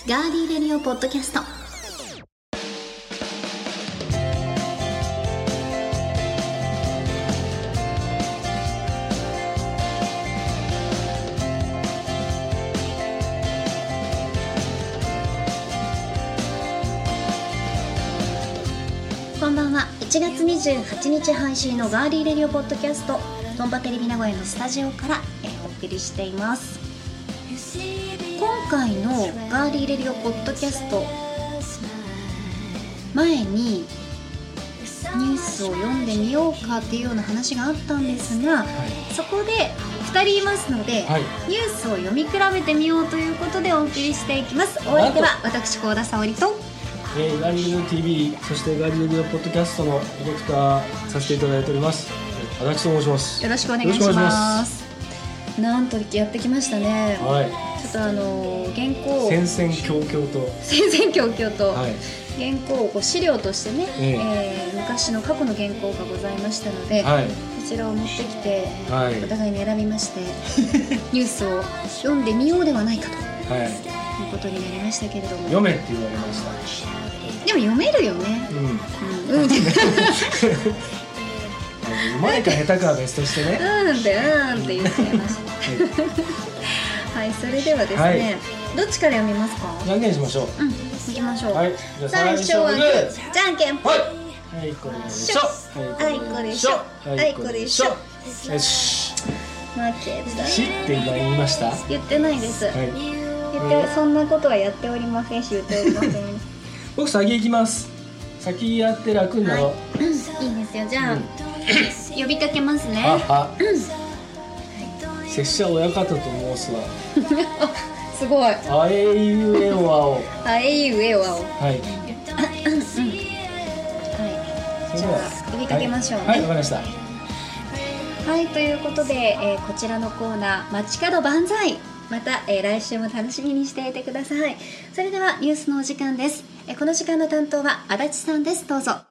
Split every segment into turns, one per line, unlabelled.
ガーリーレディオポッドキャスト。こんばんは。1月28日配信のガーリーレディオポッドキャスト、トンパテレビ名古屋のスタジオからお送りしています。今回のガーリーレディオポッドキャスト前にニュースを読んでみようかっていうような話があったんですが、そこで2人いますので、ニュースを読み比べてみようということでお送りしていきます。お相手は私幸田沙織と
ガーリーレディオ TV、 そしてガーリーレディオポッドキャストのディレクターさせていただいております足立と申します。
よろしくお願いします。なんとやってきましたね。ちょっと原稿を
戦々恐々と
原稿を資料としてね、昔の過去の原稿がございましたので、こちらを持ってきて、お互いに選びましてニュースを読んでみようではないかと、いうことになりましたけれども、
読めって言われました。
でも読めるよね。
うまいか下手かは別としてね。
って言っちゃいましたはい、それではですね、どっちから読みますか？
じゃんけんしましょう。
行きましょう。
じゃあ
最初はグー、じゃんけんぽい。
これでしょ。
これでしょ。これでしょ。
よし。
負けた。
しって今言いました？
言ってないです。そんなことはやっておりませんし、言っておりません。
僕先行きます。先やって楽になろう。
いいですよ。じゃあ呼びかけますね。
拙者親方と申すわ。
すごい。
あえいうえおあお。
あえいうえおあお。じゃあ呼びかけましょうね。
わかりました。
ということで、こちらのコーナー街角万歳、また、来週も楽しみにしていてください。それではニュースのお時間です。この時間の担当は足立さんです。どうぞ。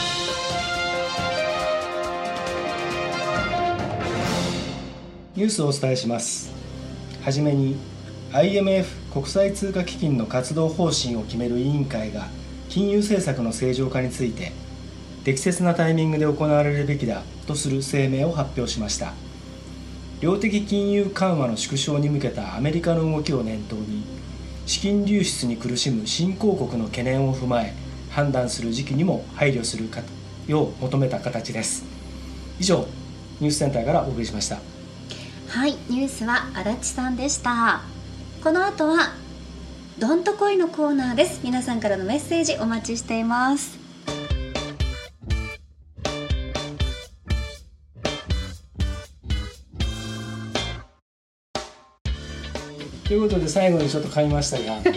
ニュースをお伝えします。はじめに IMF 国際通貨基金の活動方針を決める委員会が金融政策の正常化について適切なタイミングで行われるべきだとする声明を発表しました。量的金融緩和の縮小に向けたアメリカの動きを念頭に、資金流出に苦しむ新興国の懸念を踏まえ判断する時期にも配慮するよう求めた形です。以上、ニュースセンターからお送りしました。
ニュースは足立さんでした。この後はどんとこいのコーナーです。皆さんからのメッセージお待ちしています。
ということで最後にちょっと噛みましたが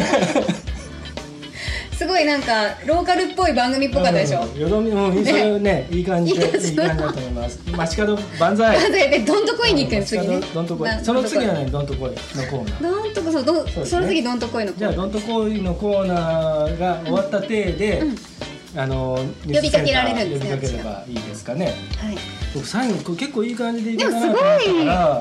すごいなんかローカルっぽい番組っぽかったでしょ。
よどみもそれね、いい感じでいい感じだと思います。街角万歳。
でどんとこいに行くん、次ね。
どんとこい。その次はね、どんとこいのコーナー。
どんとこその次どんとこいのコーナー。
じゃあどんとこいのコーナーが終わった体で、
呼びかけられるんですね。
呼びかければいいですかね。僕最後結構いい感じでい
け
たなと思ったから、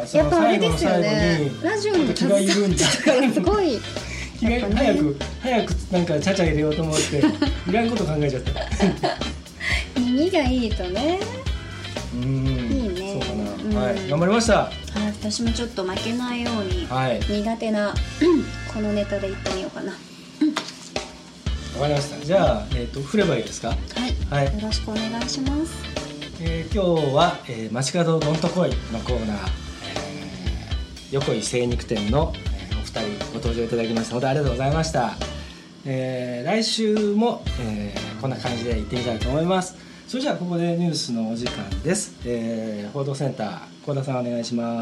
やっぱあれですよね。ラジオに
気が緩んだ
からすごい。
早くなんかちゃちゃ入れようと思っていらんこと考えちゃった
耳がいいとね。いいね。
そうかな。頑張りました。
私もちょっと負けないように苦手なこのネタでいってみようかな。
わかりました。じゃあ振ればいいですか。よ
ろしくお願いします。
今日は街角どんとこいのコーナー、横井精肉店のお二人ご登場いただきましたのでありがとうございました。来週も、こんな感じで行ってみたいと思います。それじゃあここでニュースのお時間です。報道センター幸田さんお願いします。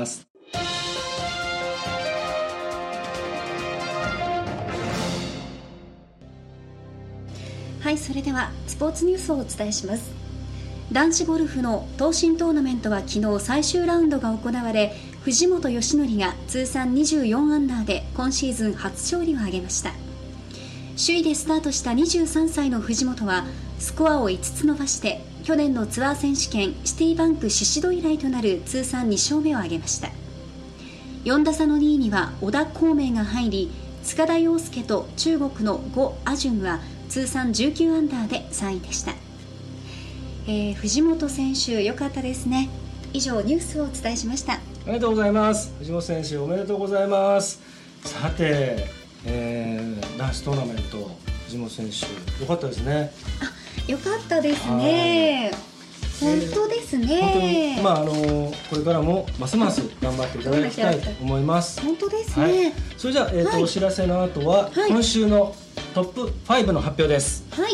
それではスポーツニュースをお伝えします。男子ゴルフの東進トーナメントは昨日最終ラウンドが行われ、藤本義則が通算24アンダーで今シーズン初勝利を挙げました。首位でスタートした23歳の藤本はスコアを5つ伸ばして去年のツアー選手権シティバンク宍戸以来となる通算2勝目を挙げました。4打差の2位には小田孔明が入り、 塚田陽介と中国の呉亜順は通算19アンダーで3位でした。藤本選手良かったですね。以上ニュースをお伝えしました。
ありがとうございます。藤本選手おめでとうございます。さて、男子トーナメント藤本選手良かったですね。
良かったですね。本当ですね。
本当にこれからもますます頑張っていただきたいと思います。
本当ですね。
それじゃあ、お知らせの後は、今週のトップ5の発表です。
はい。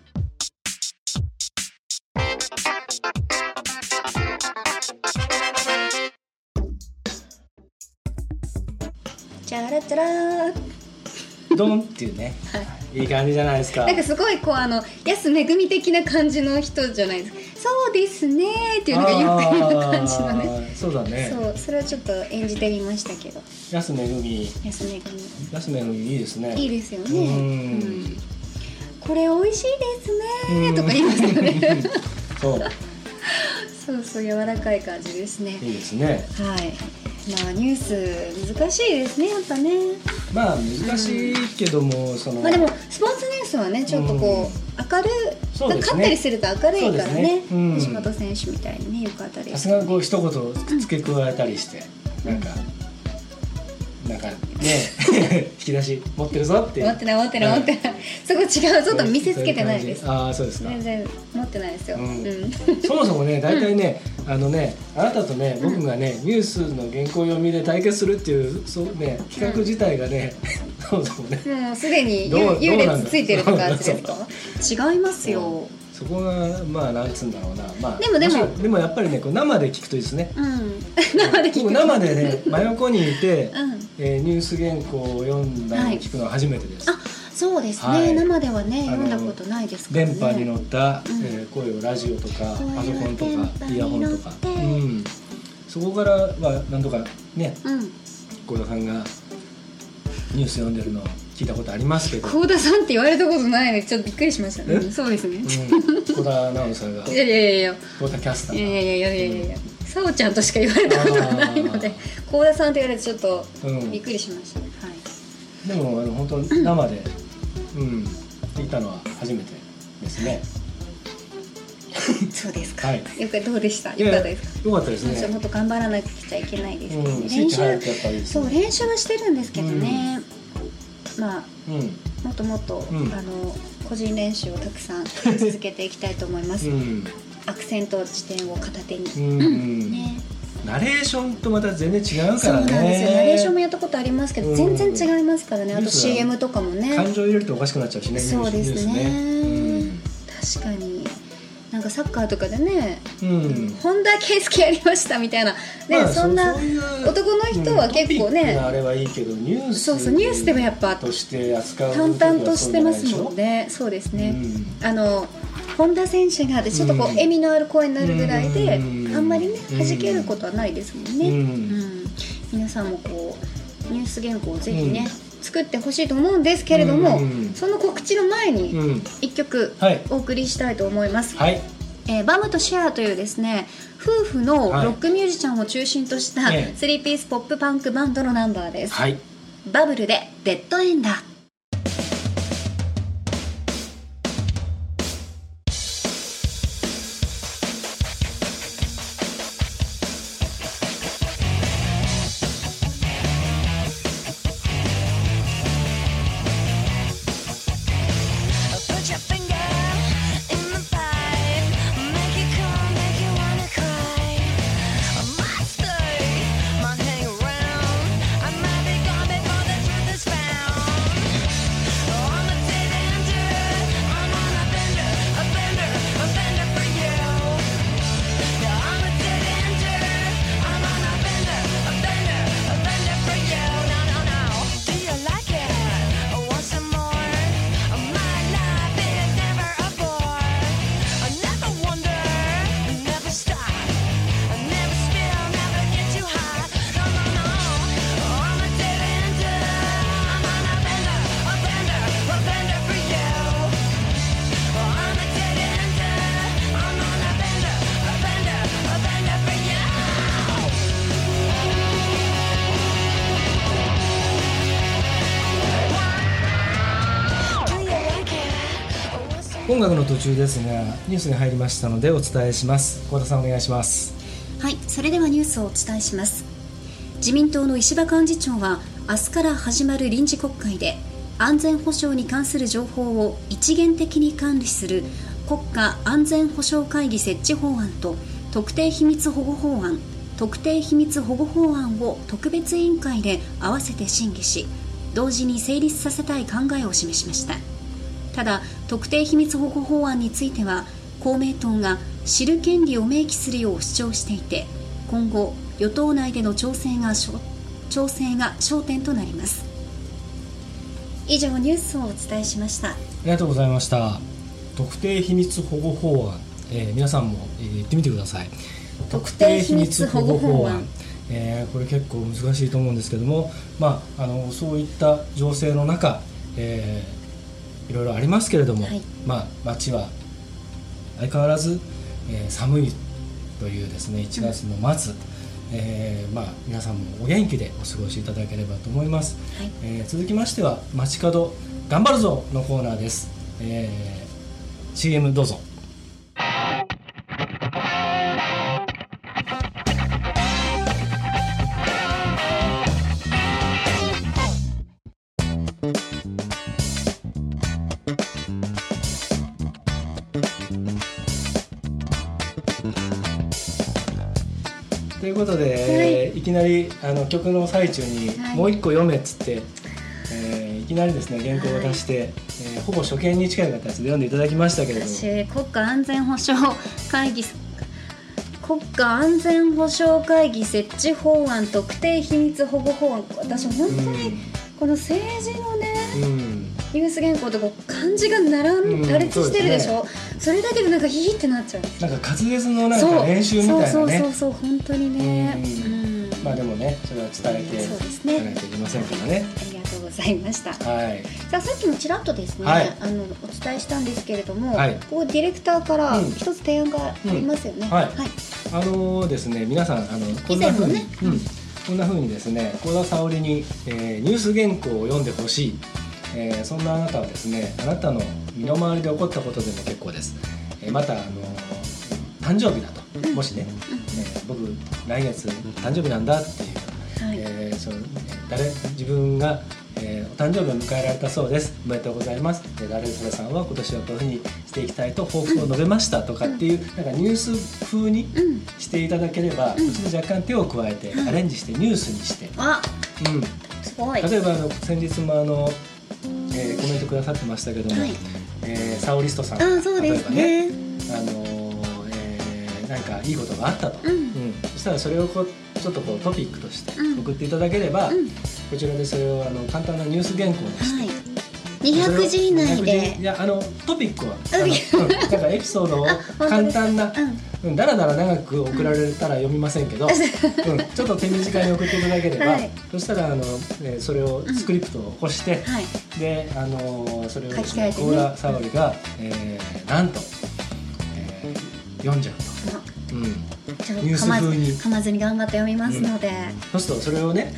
チャラチャラ
ドンっていうね、いい感じじゃないですか。
なんかすごい安めぐみ的な感じの人じゃないですか。そうですねっていうのがよく言う感じのね。
そうだね。
そう、それはちょっと演じてみましたけど。
安めぐみ。
安めぐみ
いいですね。
いいですよね。これ美味しいですねとか言いますよね。そう柔らかい感じですね。
いいですね。
はい。ニュース難しいですね、やっぱね。
難しいけども、でも
スポーツニュースはね、ちょっと明るい、勝ったりすると明るいからね。藤本選手みたいにね、よかったです。
さすがに一言付け加えたりして、なんかね、引き出し持ってるぞって。持ってない。そこ違うぞと見せつけてないです。 そうですか。
全然持ってないですよ。
そもそもね、大体ね、あなたとね、僕がね、ニュースの原稿読みで対決するっていう企画自体がね、そもそもね、
もうすでに優劣ついてるって感じですか？違いますよ。
そこがなんつうんだろうな。でもやっぱりね、生で聞くといいですね。生でね、真横にいてニュース原稿を読んだのを聞くのは初めてです。
そうですね。生ではね、読んだことないですからね。
電波に乗った声をラジオとかパソコンとかイヤホンとか、そこからは何度かね、幸田さんがニュース読んでるのを聞いたことありますけど。
幸田さんって言われたことないのでちょっとびっくりしましたね。そうですね。
幸田アナウンサーが。
いや
幸田キャスターが。
いやさおちゃんとしか言われたことがないので、幸田さんって言われてちょっとびっくりしました。
でも本当生で聞いたのは初めてですね。
そうですか。どうでした？よかったですか？
よかったですね。
もっと頑張らなくちゃいけないですけどね。練習はしてるんですけどね。もっともっと個人練習をたくさん続けていきたいと思います。アクセント辞典を片手に。ね。
ナレーションとまた全然違うからね。
そうなんですよ。ナレーションもやったことありますけど、全然違いますからね。あと CM とかもね。
感情入れるとおかしくなっちゃうしね。
そうですね。確かに。なんかサッカーとかでね、本田圭佑やりましたみたいな、そんな男の人は結構ね、
あれはいいけどニュース
ニュースでもやっぱ
として扱う
淡々としてますもんね。そうですね。本田選手がちょっと笑みのある声になるぐらいで、あんまりね弾けることはないですもんね。皆さんもニュース原稿をぜひね作ってほしいと思うんですけれども、その告知の前に1曲お送りしたいと思います。バムとシェアというですね、夫婦のロックミュージシャンを中心とした3ピースポップパンクバンドのナンバーです。バブルでデッドエンダー。
Found
音楽の途中ですがニュースに入りましたのでお伝えします。幸田さんお願いします。
はい、それではニュースをお伝えします。自民党の石破幹事長は明日から始まる臨時国会で安全保障に関する情報を一元的に管理する国家安全保障会議設置法案と特定秘密保護法案を特別委員会で合わせて審議し、同時に成立させたい考えを示しました。ただ特定秘密保護法案については公明党が知る権利を明記するよう主張していて、今後与党内での調整が焦点となります。以上ニュースをお伝えしました。
ありがとうございました。特定秘密保護法案、皆さんも、言ってみてください。
特定秘密保護法案、
これ結構難しいと思うんですけども、そういった情勢の中、いろいろありますけれども、街は相変わらず、寒いというですね1月の末、皆さんもお元気でお過ごしいただければと思います。続きましては街角頑張るぞのコーナーです。CM どうぞ。ということで、いきなり曲の最中にもう一個読めっつって、いきなりですね原稿を出して、ほぼ初見に近い形で読んでいただきましたけれども、
私国家安全保障会議設置法案特定秘密保護法案、私本当にこの政治のね、ニュース原稿とか漢字が羅列してるでしょ、それだけでなんかヒーってなっちゃう。
なんか滑舌のなんか練習みたいなね。
そう本当にね。
でもねそれは伝えていかないといけませんからね。
ありがとうございました。
さ
あさっきもちらっとですね、お伝えしたんですけれども、ここディレクターから一つ提案がありますよね。
ですね皆さんこんな風にですね幸田沙織に、ニュース原稿を読んでほしい。そんなあなたはですねあなたの身の回りで起こったことでも結構です。また誕生日だと、もしね、僕来月誕生日なんだっていう、自分が、お誕生日を迎えられたそうです。おめでとうございます。誰それさんは今年はこういうふうにしていきたいと抱負を述べましたとかっていう、なんかニュース風にしていただければ、こっちで若干手を加えてアレンジしてニュースにして、
すごい。
例えば先日もコメントくださってましたけども、サオリストさんが例えばね、なんかいいことがあったと、そしたらそれをちょっとトピックとして送っていただければ、こちらでそれを簡単なニュース原稿にして、
200字以内で、
いやトピックはなんかエピソードを簡単な、だらだら長く送られたら読みませんけど、ちょっと手短に送っていただければ、そしたらそれをスクリプトを起こして、でそれを幸田沙織がなんと読んじゃうと。ニュース風に
噛まずに頑張って読みますので、
そうするとそれをね、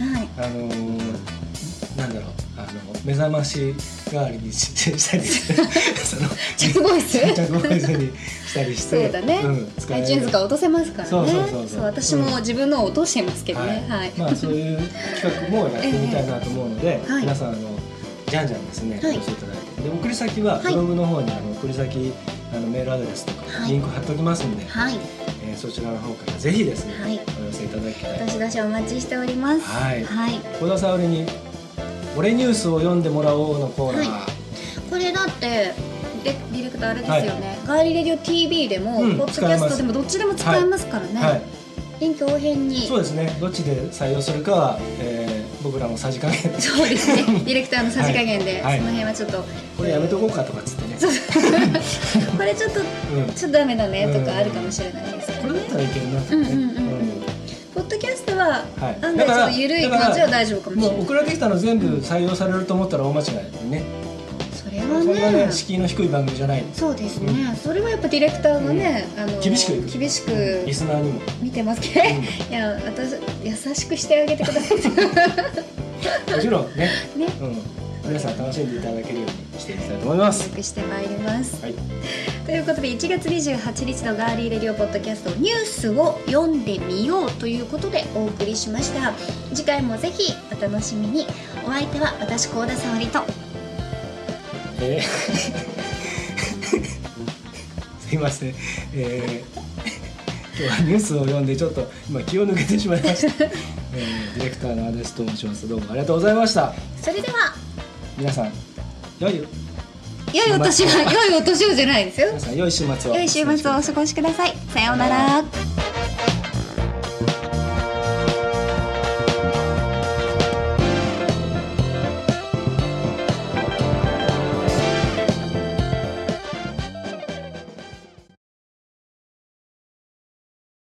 なんだろう目覚まし代わりにしたり
着ボイス
にしたりして、
そうだね、iTunes から落とせますからね。そう私も自分のを落としてますけどね。
そういう企画もやってみたいなと思うので、皆さんじゃんじゃんですねお寄せいただいて、で送り先はブログの方に送り先メールアドレスとかリンク貼っておきますんで、そちらの方からぜひですね、お寄せいただきたい。
どしどしお待ちしております。
幸田沙織に俺ニュースを読んでもらおうのコーナー、
これだってディレクターあれですよね、ガーリレディオ TV でも、ポッドキャストでもどっちでも使えますからね。臨機応変に。
そうですね、どっちで採用するかは、僕らのさじ加減で。
そうですね、ディレクターのさじ加減で、その辺はちょっと
これやめとこうかとかっつってね、
これちょっとダメだねとかあるかもしれないですけど、
これだったらいけるなってね。
ポッドキャストは案外ちょっと緩い感じは大丈夫かもしれない。
送られてきたの全部採用されると思ったら大間違いね。
それはね、
敷居の低い番組じゃない。
そうですね、それはやっぱディレクターがね、
厳しく
リ
スナーにも
見てますけど、いや私優しくしてあげてください。
もちろんね、 皆さん楽しんでいただけるようにしていきたいと思います。
努力してまいります、
はい、
ということで1月28日のガーリーレディオポッドキャストニュースを読んでみようということでお送りしました。次回もぜひお楽しみに。お相手は私幸田沙織と
すいません、今日はニュースを読んでちょっと今気を抜けてしまいました、ディレクターの足立と申します。どうもありがとうございました。
それでは
皆さん良い
お年をじゃないですよ。
皆さん良い週末を
良い週末をお過ごしください。さようなら。